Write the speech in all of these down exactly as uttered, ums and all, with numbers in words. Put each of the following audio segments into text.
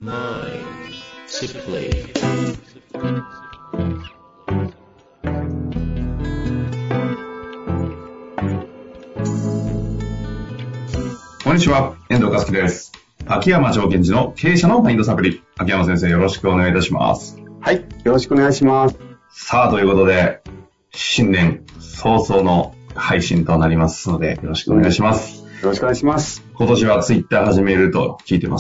Mind Simply。 こんにちは、遠藤和樹です。秋山条件時の経営者のマインドサプリ。秋山先生、よろしくお願いいたします。 はい、よろしくお願いします。 さあ、ということで、新年早々の配信となりますので、よろしくお願いします。 よろしくお願いします。 今年はツイッター始めると聞いてます。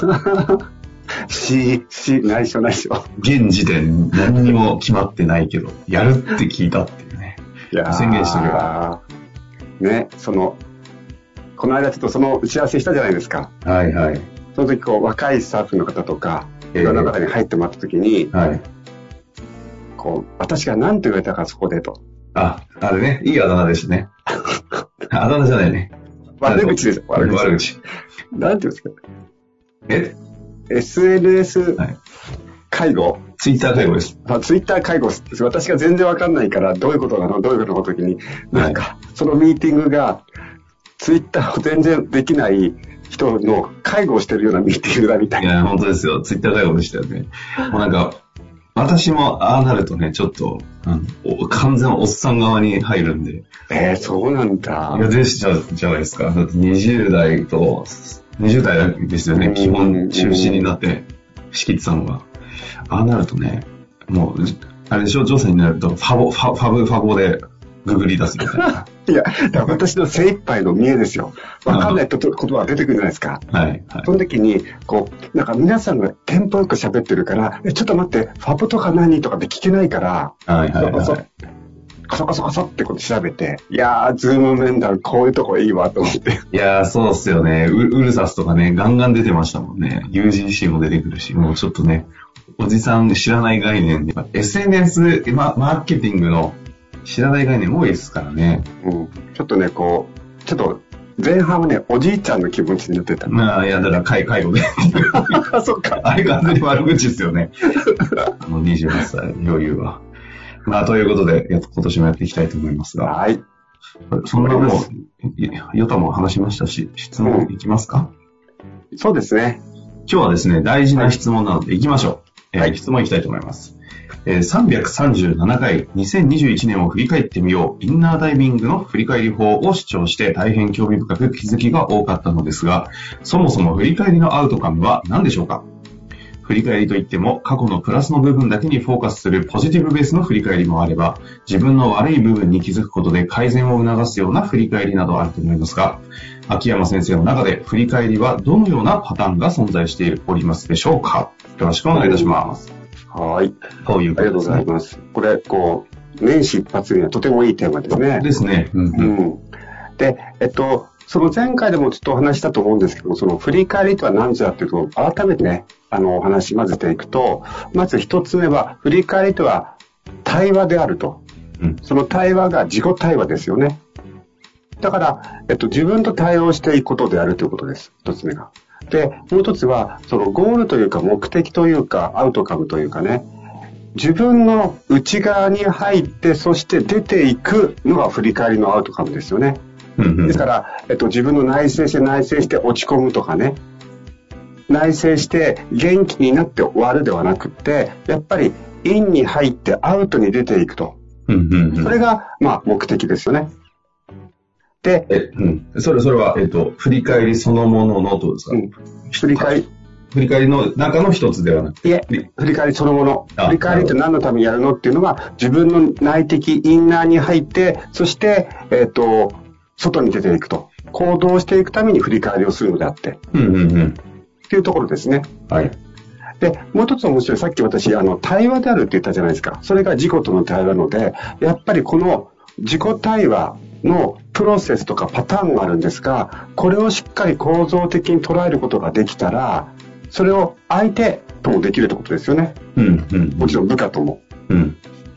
し、し、内緒内緒。 現時点何にも決まってないけど、やるって聞いたっていうね。いや宣言してるわ。 ね、その、この間ちょっとその打ち合わせしたじゃないですか。 はいはい。 その時こう若いスタッフの方とか、いろんな方に入ってもらった時に、はい。こう、私が何と言われたかそこでと。 あ、あれね、いいあだ名ですね。あだ名じゃないね。 悪口です。 悪口。悪口。 なんていうんですか。 えエスエヌエス 介護、はい、 ツイッター介護です。 あ、ツイッター介護です。私が全然わかんないから、どういうことなのどういうことの時に、なんか、そのミーティングが、ツイッターを全然できない人の介護をしてるようなミーティングだみたいな。 いや、本当ですよ。ツイッター介護でしたよね。もうなんか、私もああなるとね、ちょっと、うん、完全おっさん側に入るんで。 えー、そうなんだ。 いや、でしちゃうじゃないですか。だってにじゅう代と、にじゅう代ですよね。基本中心になって仕切ってたのが。ああなるとね、もう、あれでしょ、上司になると、ファボ、ファファブ、ファボでググり出すみたいな。 いや、だから私の精一杯の見えですよ。わかんない言葉が出てくるじゃないですか。 はい。はい、 その時に、こう、なんか皆さんがテンポよく喋ってるから、え、ちょっと待って、ファボとか何とかって聞けないから、 はいはいはい。 コソコソコソってこと調べて、いやー、ズーム面談こういうとこいいわと思って。 いやー、そうっすよね。ウ, ウルサスとかね、ガンガン出てましたもんね。ユージーシー も出てくるし、もうちょっとね、おじさん知らない概念で、エスエヌエス、マ, マーケティングの知らない概念多いですからね。 うん。ちょっとね、こう、ちょっと、前半はね、おじいちゃんの気持ちになってた。 まあ、いや、だから介、介護で。 あ、そっか。 あれ完全に悪口ですよね。あのにじゅうはっさい、余裕は。まあ、ということで、今年もやっていきたいと思いますが。 はい。 そんなもう、ヨタも話しましたし、質問いきますか、 うん、そうですね。 今日はですね、大事な質問なのでいきましょう。はい、えー、質問いきたいと思います。えー、さんびゃくさんじゅうななかい、にせんにじゅういちねんを振り返ってみよう、インナーダイビングの振り返り法を主張して大変興味深く気づきが多かったのですが、そもそも振り返りのアウトカムは何でしょうか？振り返りといっても過去のプラスの部分だけにフォーカスするポジティブベースの振り返りもあれば、自分の悪い部分に気づくことで改善を促すような振り返りなどあると思いますが、秋山先生の中で振り返りはどのようなパターンが存在しておりますでしょうか？よろしくお願いいたします。 はい。 ということですね。 ありがとうございます。これ、こう、年始一発目はとてもいいテーマですね。 ですね。うん、うんうん。で、えっと、その前回でもちょっとお話したと思うんですけども、その振り返りとは何ぞやっていうと、改めてね、あの、お話混ぜていくと、まず一つ目は、振り返りとは対話であると。うん、その対話が自己対話ですよね。だから、えっと、自分と対応していくことであるということです。一つ目が。で、もう一つは、そのゴールというか目的というか、アウトカムというかね、自分の内側に入って、そして出ていくのが振り返りのアウトカムですよね。ですから、えっと、自分の内省して内省して落ち込むとかね、内省して元気になって終わるではなくって、やっぱりインに入ってアウトに出ていくと。それが、まあ、目的ですよね。で、 え、うん。それ、それは、えっと、振り返りそのもののどうですか？うん、 振り返り。 振り返りの中の一つではなくて。 いえ、振り返りそのもの。振り返りって何のためにやるのっていうのが、自分の内的インナーに入って、そして、えっと、外に出ていくと。行動していくために振り返りをするのであって。 うんうんうん。 っていうところですね。 はい。 で、もう一つ面白い。さっき私、あの、対話であるって言ったじゃないですか。それが自己との対話なので、やっぱりこの自己対話のプロセスとかパターンがあるんですが、これをしっかり構造的に捉えることができたら、それを相手ともできるってことですよね。 うんうん。 もちろん部下とも。 うん。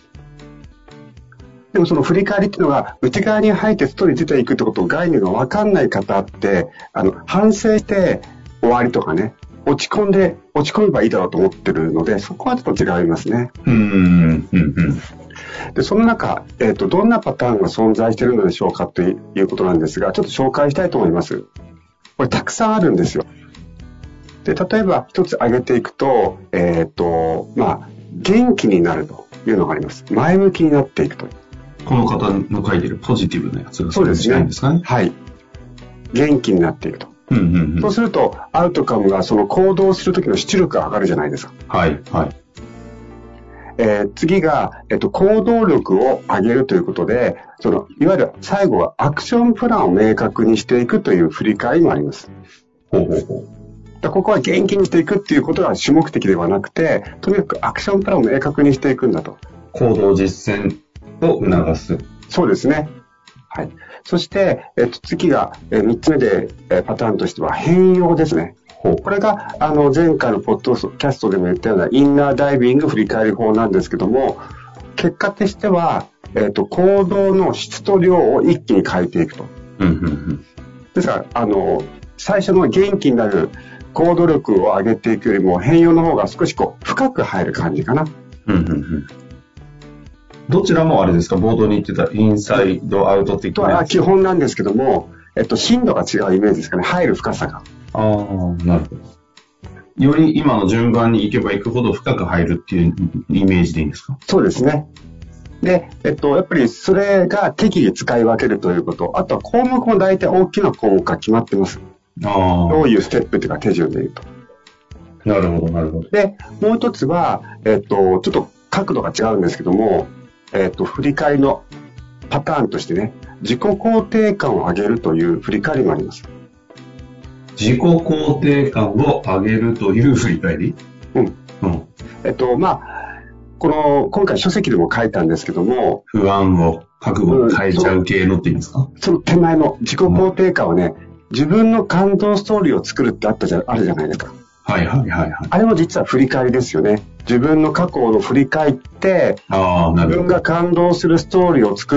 でもその振り返りっていうのが内側に入って外に出ていくってことを概念が分かんない方って、あの、反省して終わりとかね、落ち込んで、落ち込めばいいだろうと思ってるので、そこはちょっと違いますね。 うんうんうんうん。 で、その中、えっと、どんなパターンが存在しているのでしょうかということなんですが、ちょっと紹介したいと思います。これたくさんあるんですよ。 で、例えば一つ挙げていくと、えっと、まあ、元気になるというのがあります。前向きになっていくと。 この方の書いてるポジティブなやつがそうですね。 近いんですかね。 はい。元気になっていくと。 うんうんうん、 そうすると、アウトカムがその行動するときの出力が上がるじゃないですか。 はい、はい。 えー、次が、えっと、行動力を上げるということで、その、いわゆる最後はアクションプランを明確にしていくという振り返りもあります。 ほうほうほう。 だここは元気にしていくっていうことが主目的ではなくて、とにかくアクションプランを明確にしていくんだと。 行動実践を促す。 そうですね。はい。そして、えっと、次が、えー、みっつめで、えー、パターンとしては変容ですね。これが、あの、前回のポッドキャストでも言ったようなインナーダイビング振り返り法なんですけども、結果としては、えっと、行動の質と量を一気に変えていくと。 うんうんうん、 ですから、あの、最初の元気になる行動力を上げていくよりも、変容の方が少しこう、深く入る感じかな。 うんうんうん、どちらもあれですか、冒頭に言ってたインサイドアウト的なやつ。 基本なんですけども、えっと、頻度が違うイメージですかね。入る深さが。 ああ、なるほど。より今の順番に行けば行くほど深く入るっていうイメージでいいんですか？ そうですね。で、えっと、やっぱりそれが適宜使い分けるということ。あとは項目も大体大きな項目が決まってます。ああ。どういうステップというか手順で言うと。 なるほど、なるほど。 で、もう一つは、えっと、ちょっと角度が違うんですけども、えっと、振り返りのパターンとしてね、自己肯定感を上げるという振り返りもあります。 自己肯定感を上げるという振り返り？ うん。うん。えっと、まあ、この、今回書籍でも書いたんですけども、 不安を、覚悟を変えちゃう系のっていうんですか？ そ, その手前の自己肯定感をね、自分の感動ストーリーを作るってあったじゃ、あるじゃないですか。 はいはいはいはい。 あれも実は振り返りですよね。自分の過去を振り返って、あ、なるほど。自分が感動するストーリーを作って、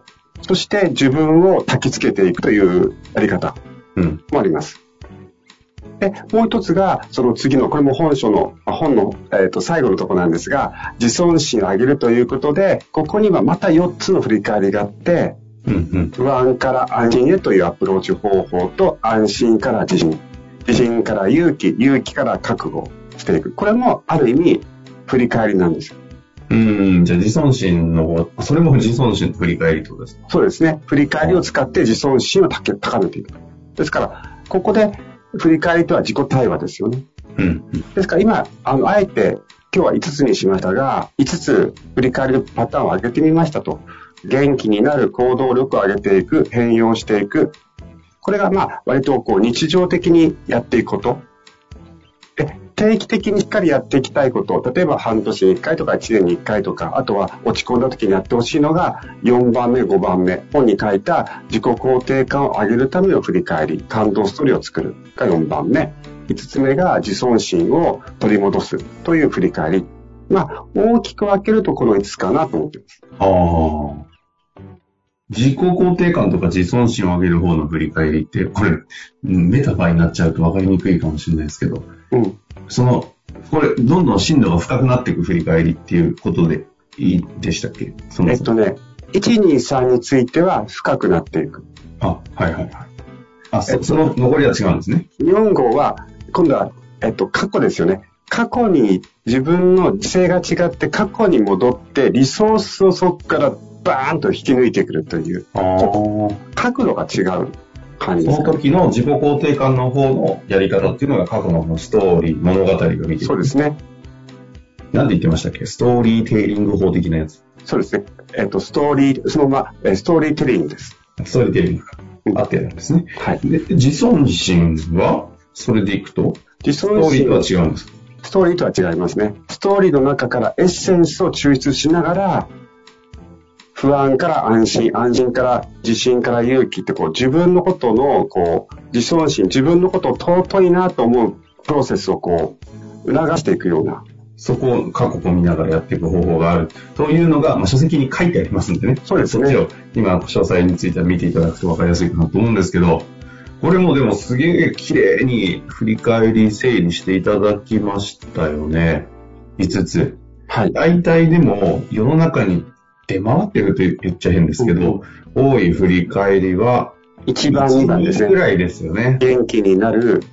そして自分を焚きつけていくというやり方もあります。うん、で、もう一つが、その次の、これも本書の、本の、えーと、最後のところなんですが、自尊心を上げるということで、ここにはまたよっつの振り返りがあって、うんうん、不安から安心へというアプローチ方法と、安心から自信。自信から勇気、勇気から覚悟していく。これもある意味振り返りなんですよ。 うーん、じゃあ自尊心の方、それも自尊心の振り返りってことですか？ そうですね。振り返りを使って自尊心を高めていく。ですから、ここで振り返りとは自己対話ですよね。うん。ですから今、あの、あえて今日はいつつにしましたが、いつつ振り返りのパターンを上げてみましたと。元気になる行動力を上げていく、変容していく。これがまあ割とこう日常的にやっていくこと。で、定期的にしっかりやっていきたいこと。例えば半年にいっかいとかいちねんにいっかいとか、あとは落ち込んだ時にやってほしいのがよんばんめ、ごばんめ。本に書いた自己肯定感を上げるための振り返り、感動ストーリーを作るがよんばんめ。いつつめが自尊心を取り戻すという振り返り。まあ大きく分けるとこのいつつかなと思っています。ああ。 自己肯定感とか自尊心を上げる方の振り返りって、これ、メタファーになっちゃうと分かりにくいかもしれないですけど、うん、その、これ、どんどん深度が深くなっていく振り返りっていうことでいいでしたっけ？そもそも。 えっとね、いち、に、さんについては深くなっていく。 あ、はいはいはい。あ、そ, その残りは違うんですね。 よん号は、今度は、えっと、過去ですよね。過去に自分の自制が違って過去に戻ってリソースをそこからバーンと引き抜いてくるという、角度が違う感じですかね。 その時の自己肯定感の方のやり方っていうのが過去のストーリー、物語が見てる。 そうですね。 なんで言ってましたっけ？ストーリーテイリング法的なやつ。 そうですね。えっと、ストーリー、そのまま、ストーリーテリングです。 ストーリーテリングがあってやるんですね。はい。で、自尊心は、それでいくと、自尊心ストーリーとは違うんですか？ ストーリーとは違いますね。ストーリーの中からエッセンスを抽出しながら、不安から安心、安心から自信から勇気ってこう自分のことのこう自尊心、自分のことを尊いなと思うプロセスをこう促していくような。 そこを過去を見ながらやっていく方法があるというのが、まあ、書籍に書いてありますんでね。 そうですね。 そっちを今詳細については見ていただくと分かりやすいかなと思うんですけど、これもでもすげえ綺麗に振り返り整理していただきましたよね。いつつ。はい。大体でも世の中に出回ってると言っちゃ変ですけど、うん、多い振り返りはいちばんにばんですね。 ぐらいですよね。 元気になる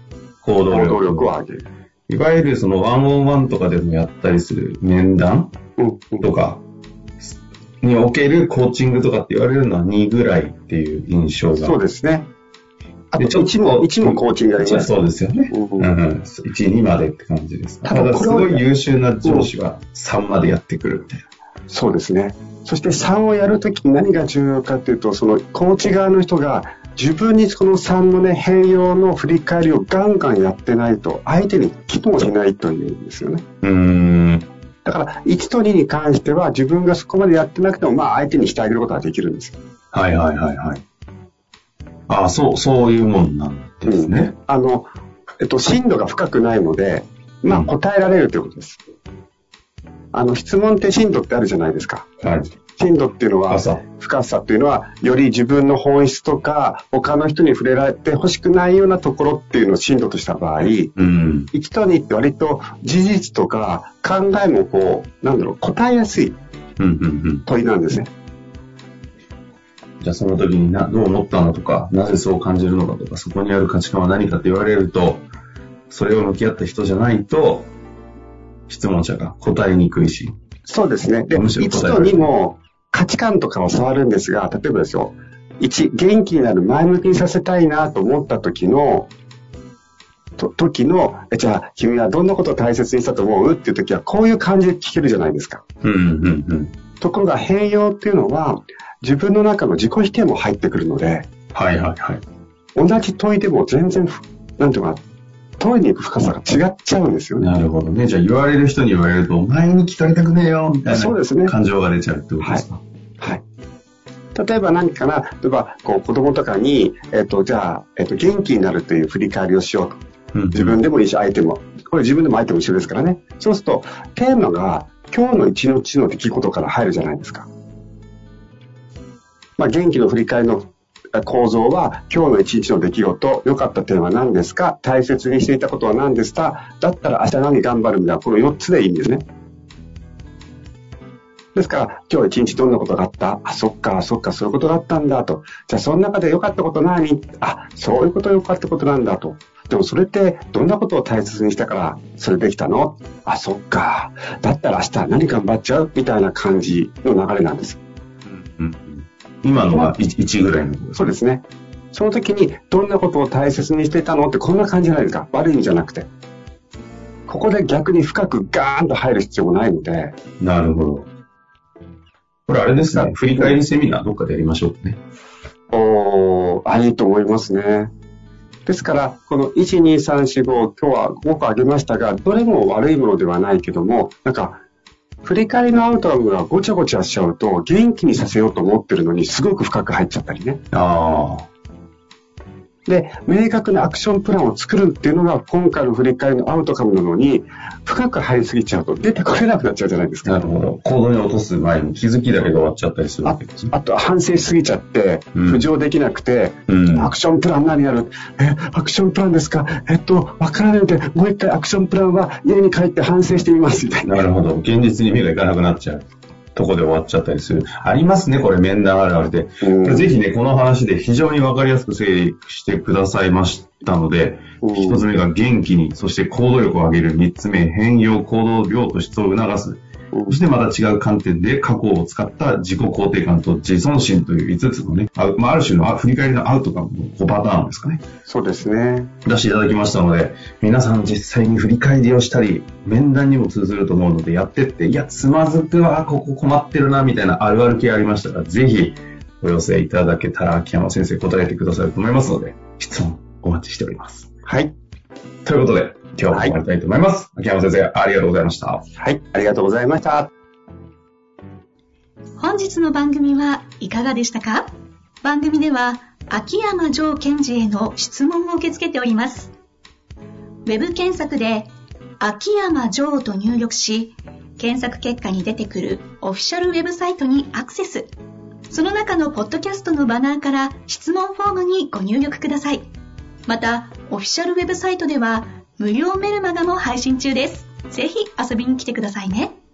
行動力。 行動力を上げる。 いわゆるそのワンオンワンとかでもやったりする面談とかにおけるコーチングとかって言われるのはにぐらいっていう印象が。 そうですね。あといちも、いちもコーチングがあります。 そうですよね。うんうん、いち、にまでって感じです。ただすごい優秀な上司はさんまでやってくるみたいな。 そうですね。そしてさんをやるときに何が重要かというと、そのコーチ側の人が自分にそのさんのね、変容の振り返りをガンガンやってないと、相手に来もしないというんですよね。 うーん。 だから、いちとにに関しては、自分がそこまでやってなくても、まあ、相手にしてあげることができるんですよ。 はいはいはいはい。ああ、そう、そういうもんなんですね。 うん、あの、えっと、深度が深くないので、まあ、答えられるということです。うん、あの、質問って深度ってあるじゃないですか。 はい。 深度っていうのは、深さっていうのは、より自分の本質とか、他の人に触れられて欲しくないようなところっていうのを深度とした場合、うん、いちとにって割と事実とか考えもこう、なんだろう、答えやすい問いなんですね。 じゃあその時になどう思ったのとか、なぜそう感じるのかとか、そこにある価値観は何かと言われると、それを向き合った人じゃないと、質問者が答えにくいし。 そうですね。で、いちとにも、価値観とかを触るんですが、例えばですよ、いち、元気になる、前向きにさせたいなと思った時の、と時の、えじゃあ、君はどんなことを大切にしたと思うっていう時は、こういう感じで聞けるじゃないですか。 うんうんうん、 ところが、変容っていうのは、自分の中の自己否定も入ってくるので、 はいはいはい。 同じ問いでも全然、なんていうか、問いに行く深さが違っちゃうんですよね。 なるほどね。じゃあ言われる人に言われると、お前に聞かれたくねえよ、みたいな感情が出ちゃうってことですか。 はい。はい。例えば何かな、例えばこう子供とかに、えっと、じゃあ、えっと、元気になるという振り返りをしようと。うんうん、自分でもいいし、相手も。これ自分でも相手も一緒ですからね。そうすると、テーマが今日の一日の出来事から入るじゃないですか。まあ、元気の振り返りの構造は、今日の一日の出来事、良かった点は何ですか、大切にしていたことは何ですか、だったら明日何頑張るんだ、このよっつでいいんですね。ですから、今日一日どんなことがあった、あ、そっか、そっか、そういうことがあったんだと。じゃあ、その中で良かったこと何、あ、そういうこと良かったことなんだと。でもそれってどんなことを大切にしたからそれできたの、あ、そっか、だったら明日何頑張っちゃうみたいな感じの流れなんです。 うんうん、今のが いち, ぐらいのことです。 そうですね。その時にどんなことを大切にしていたのってこんな感じじゃないですか。悪い意味じゃなくて。ここで逆に深くガーンと入る必要もないので。 なるほど。これあれですね。振り返りセミナーどっかでやりましょうね。 おー、あ、いいと思いますね。ですから、このいち、に、さん、よん、ご、今日はごこ挙げましたが、どれも悪いものではないけども、なんか、振り返りのアウトカムがごちゃごちゃしちゃうと、元気にさせようと思ってるのにすごく深く入っちゃったりね。 ああ。 で、明確なアクションプランを作るっていうのが今回の振り返りのアウトカムなのに、深く入りすぎちゃうと出てこれなくなっちゃうじゃないですか。 なるほど。行動に落とす前に気づきだけで終わっちゃったりするわけですね。 あ, あと反省しすぎちゃって、浮上できなくて、 うん、 アクションプラン何やる、え、アクションプランですか、えっと、わからないので、もう一回アクションプランは家に帰って反省してみますみたいな。 なるほど。現実に目がいかなくなっちゃう。とこで終わっちゃったりする。ありますね、これ面談あるあるで。うん、ぜひね、この話で非常にわかりやすく整理してくださいましたので、一、うん、つ目が元気に、そして行動力を上げる。三つ目、変容、行動、量と質を促す。そしてまた違う観点で過去を使った自己肯定感と自尊心といういつつのね、あ, まあ、ある種の振り返りのアウトカムのごパターンですかね。 そうですね。 出していただきましたので、皆さん実際に振り返りをしたり、面談にも通ずると思うのでやってって、いや、つまずくわ、ここ困ってるな、みたいなあるある系ありましたら、ぜひお寄せいただけたら、秋山先生答えてくださると思いますので、質問お待ちしております。 はい。 ということで、今日は終わりたいと思います。はい、秋山先生、ありがとうございました。 はい、ありがとうございました。 本日の番組はいかがでしたか？番組では秋山城賢治への質問を受け付けております。ウェブ検索で秋山城と入力し、検索結果に出てくるオフィシャルウェブサイトにアクセス。その中のポッドキャストのバナーから質問フォームにご入力ください。また、オフィシャルウェブサイトでは無料メルマガも配信中です。ぜひ遊びに来てくださいね。